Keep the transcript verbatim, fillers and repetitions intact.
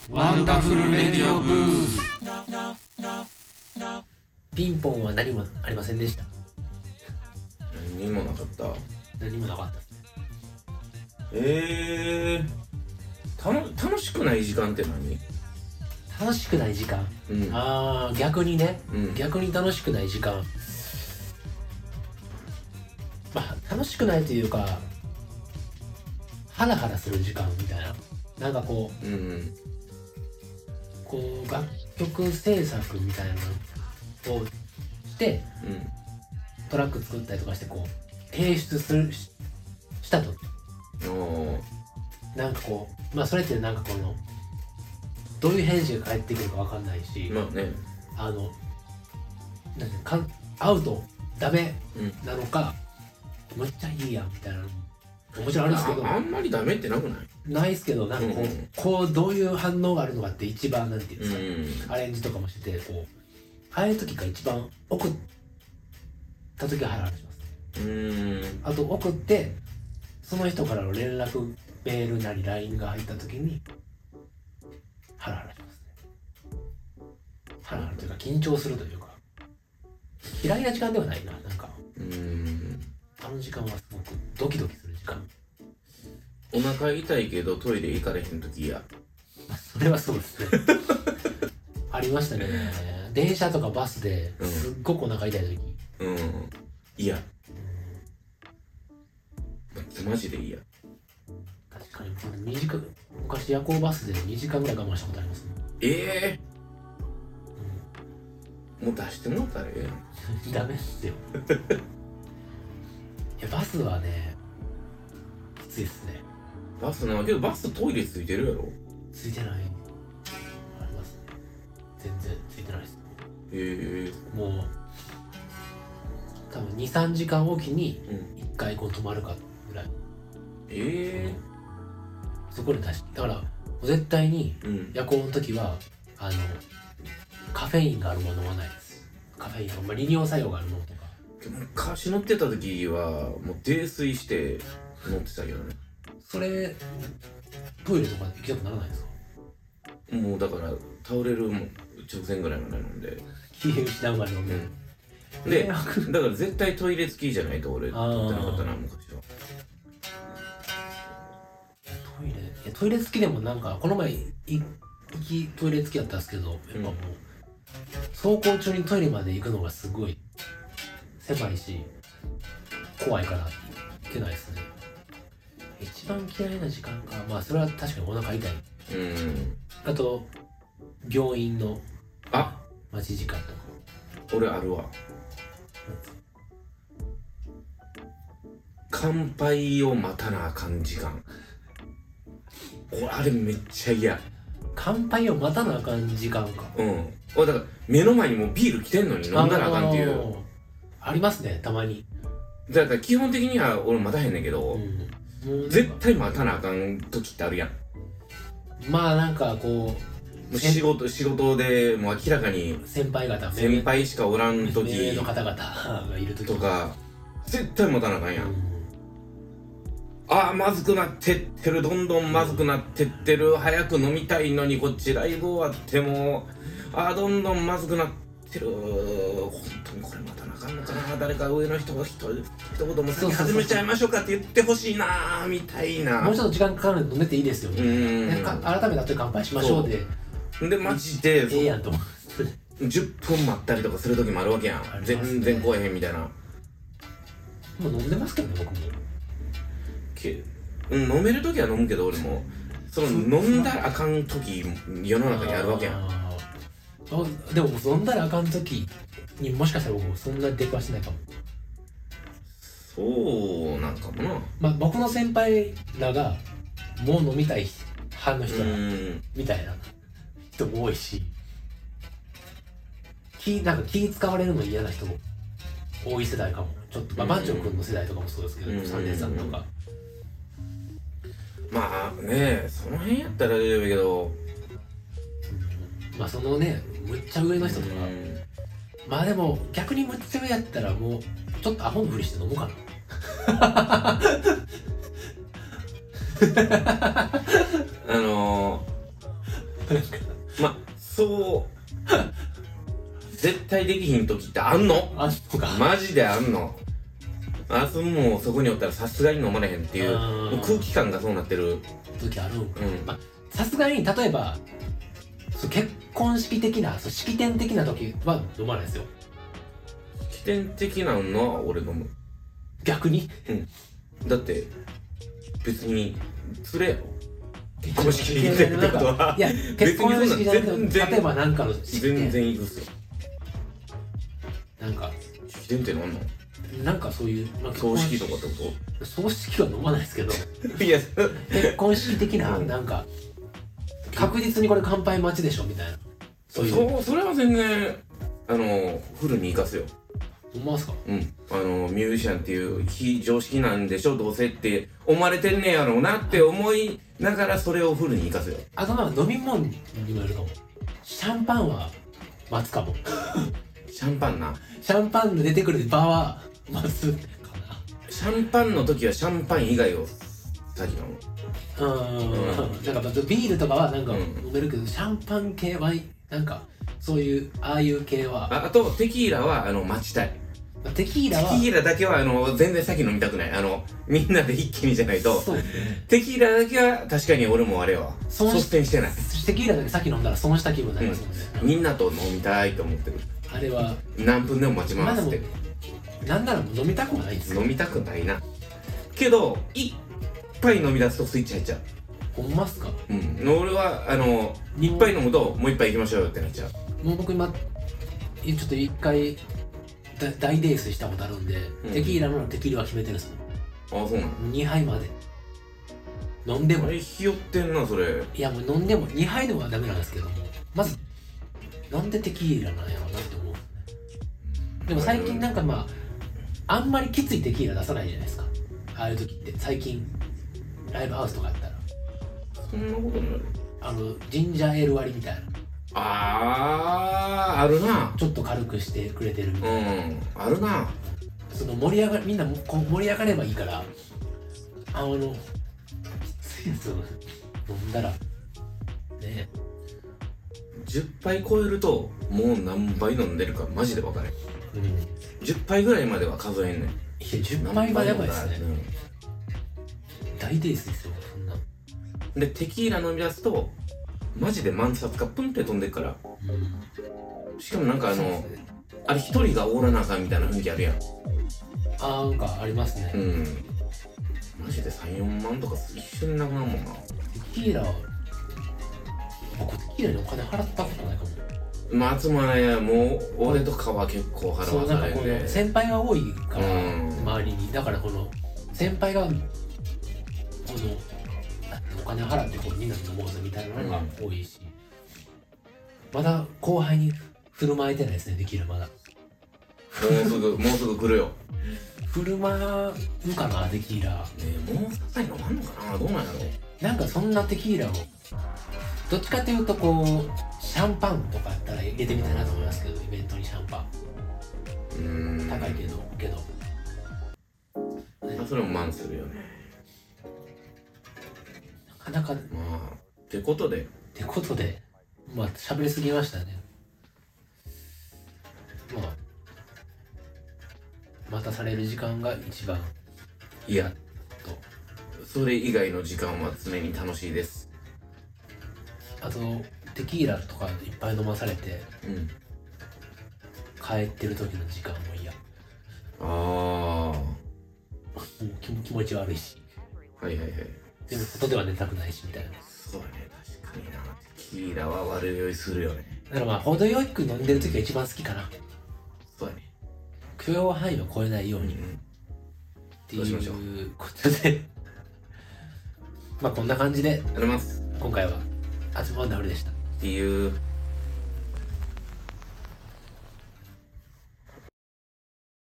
ワンダフルレディオブース。 ピンポンは何もありませんでした。 何もなかった。 何もなかったです。 えー、たの楽しくない時間って何？ 楽しくない時間、 うん、 あー逆にね、 うん、 逆に楽しくない時間、まあ楽しくないというかハラハラする時間みたいな、なんかこう、 うん、 こう楽曲制作みたいなのをして、 うん、 トラック作ったりとかしてこう提出する し, したとおなんかこうまあそれってなんかこのどういう返事が返ってくるかわかんないし、 まあね、 あのなんてかんアウトダメなのか、うん、むっちゃいいやんみたいなのももちろんあるんですけど、 あ, あんまりダメってなくない？ ないですけど、なんかこう、うん、こうどういう反応があるのかって一番なんていうんですか、うん、アレンジとかもしてて、こうああいう時が一番送った時はハラハラします。うん、あと送ってその人からの連絡メールなり ライン が入った時にハラハラしますね。ハラハラというか緊張するというか、嫌いな時間ではないな、なんかうーんあの時間はすごくドキドキする時間。 お腹痛いけどトイレ行かれへん時や。 それはそうですねありましたね。電車とかバスですっごくお腹痛い時、 うん、いや、うん、マジでいや。 確かににじかん、昔夜行バスでにじかんぐらい我慢したことありますね。 ええー、うん、もう出してもらったらええやんダメっすよいやバスはねきついっすね。 バスな、けどバストイレついてるやろ？ ついてない。ありますね。全然ついてないっす。 へえ。 もう多分 にさんじかんおきにいっかいこう止まるかぐらい。 ええー、そこで出しだから絶対に夜行の時は、うん、あのカフェインがあるもの飲まないです。カフェインとか、まあ、利尿作用があるものとか。 昔乗ってた時はもう泥酔して乗ってたけどね。それトイレとか行きたくならないですか？ もうだから倒れる直前ぐらいまで飲んで気を失うまで飲んで、 うん、でだから絶対トイレ付きじゃないと俺乗ってなかったな、昔は。 トイレ、いやトイレ付きでもなんかこの前行きトイレ付きだったんですけど、やっぱもう、うん、走行中にトイレまで行くのがすごい狭いし怖いから行けないですね。一番嫌いな時間か、まあそれは確かにお腹痛い、うん、あと病院のあ待ち時間とか。 俺あるわ。乾杯を待たなあかん時間。俺あれめっちゃ嫌。 乾杯を待たなあかん時間か。 うん。俺だから目の前にもうビール来てんのに飲んだらあかんっていう。 ありますね、たまに。 だから基本的には俺待たへんねんけど、うん、絶対待たなあかん時ってあるやん。 まあなんかこう仕事仕事でもう明らかに先輩方先輩しかおらん時目の方々がいる時とか絶対待たなあかんやん、うん、ああまずくなってってる、どんどんまずくなってってる、早く飲みたいのにこっちライブ終わってもああどんどんまずくなってる、本当にこれ待たなあかんのかな、誰か上の人が一言も先始めちゃいましょうかって言ってほしいなーみたいな。 もうちょっと時間かかるんで飲んでていいですよね、改めて後で乾杯しましょうででマジでええやんと思うじゅっぷん待ったりとかする時もあるわけやん、ね、全然来えへんみたいな。 もう飲んでますけどね僕もけ、うん、飲める時は飲むけど俺もその飲んだらあかん時世の中にあるわけやん。 でも飲んだらあかん時にもしかしたら僕そんな出くわしてないかも。 そうなんかもな。 まあ僕の先輩らがもう飲みたい派の人らみたいな人も多いし、気なんか気使われるの嫌な人も多い世代かも。ちょっとまあ番長くんの世代とかもそうですけど、さんねんさんとかまあねその辺やったら出るけど、 まあそのねむっちゃ上の人とか、まあでも逆にむっちゃ上やったらもうちょっとアホのふりして飲もうかなあのー、 絶対できひん時ってあんの？ あんのか。 マジであんの。あそもうそこにおったらさすがに飲まれへんっていう、もう空気感がそうなってる時あるんか。 うん、 まあさすがに例えばそう結婚式的なそう式典的な時は飲まないですよ。 式典的なのは俺飲む。 逆に？ うんだって別に連れやろ。結婚式に行ってるってことは。 いや結婚式じゃなくて例えばなんかの式典全然行くっすよ。 なんか式典って何なの？ なんかそういう葬式とかってこと？葬式は飲まないですけどいや結婚式的な、 うん、 なんか確実にこれ乾杯待ちでしょみたいな。 そういう そ, それは全然あのフルに生かすよ。 思いますか？ うんあのミュージシャンっていう非常識なんでしょどうせって思われてんねやろうなって思いながらそれをフルに生かすよ。 あとなんか飲み物にもよるかも。シャンパンは待つかもシャンパンな。 シャンパンの出てくる場は待つかな。 シャンパンの時はシャンパン以外を先なの。 うん、うん、なんかビールとかはなんか飲めるけど、うん、シャンパン系はなんかそういうああいう系はあ, あとテキーラはあの待ちたい。 テキーラはテキーラだけはあの全然先飲みたくない。あのみんなで一気にじゃないと。そう、ね、テキーラだけは確かに俺もあれは率先してない。 テキーラだけ先飲んだら損した気分になりますもんね、 うん、みんなと飲みたいと思ってる。 あれは何分でも待ちますって、 まあ、なんならもう飲みたくもないんですよ。 飲みたくないなけど一杯飲み出すとスイッチ入っちゃう。 ほんますか？ うん俺はあの一杯飲むともう一杯行きましょうよってなっちゃう。 もう僕今ちょっと一回大泥酔したことあるんで、うん、テキーラのテキーラは決めてるんですもん。ああそうなの。 にはいまで飲んでもあれひよってんなそれ。 いやもう飲んでもにはいではダメなんですけども、まずなんでテキーラなんやろうなって思う、ね、でも最近なんかまああんまりきついテキーラ出さないじゃないですかああいう時って。最近ライブハウスとかやったらそんなことになる。 あのジンジャーエール割りみたいな。 あーあるな。 ちょっと軽くしてくれてるみたいな。 うんあるな。 その盛り上がみんなこう盛り上がればいいからあのきついやつを飲んだらねじゅっぱい超えるともう何杯飲んでるかマジで分かれん、うん、じゅっぱいぐらいまでは数えんねん。いやじゅっぱいはやばいっすね、うん、大デースですよそんな。 でテキーラ飲み出すとマジで満札がプンって飛んでるから、うん、しかもなんかあの、ね、あれ一人がおらなあかんみたいな雰囲気あるやん。 あーなんかありますね。 うんマジでさん、よんまんとか一瞬なくなるもんな。 テキーラ僕テキーラにお金払ったことないかも。 まあつまらんもう俺とかは結構払わされて、 ね、先輩が多いから、うん、周りにだからこの先輩がこのお金払ってこうみんなで飲もうぜみたいなのが多いし、うん、まだ後輩に振る舞えてないですね。できるまだもうすぐもうすぐ来るよ振る舞うかなテキーラ。 えー、もうささに飲まんのかな。どうなんやろ。 なんかそんなテキーラをどっちかというとこうシャンパンとかやったら入れてみたいなと思いますけど、イベントにシャンパンうーん高いけどけど、 ね、それもマンするよね。 なかなかまあってことでってことでまあ喋りすぎましたね。まあ待たされる時間が一番いやとそれ以外の時間は常に楽しいです。 あとテキーラとかいっぱい飲まされて、うん、帰ってる時の時間も嫌。ああもう 気, 気持ち悪いし、 はいはいはい。 でも外では寝たくないしみたいな。 そうだね確かにな。テキーラは悪酔いするよね。 だからまあ程よく飲んでる時が一番好きかな。 そうだね許容範囲を超えないように、うん、っていうことでまあこんな感じであります。 今回はあつまんだふるでしたっていう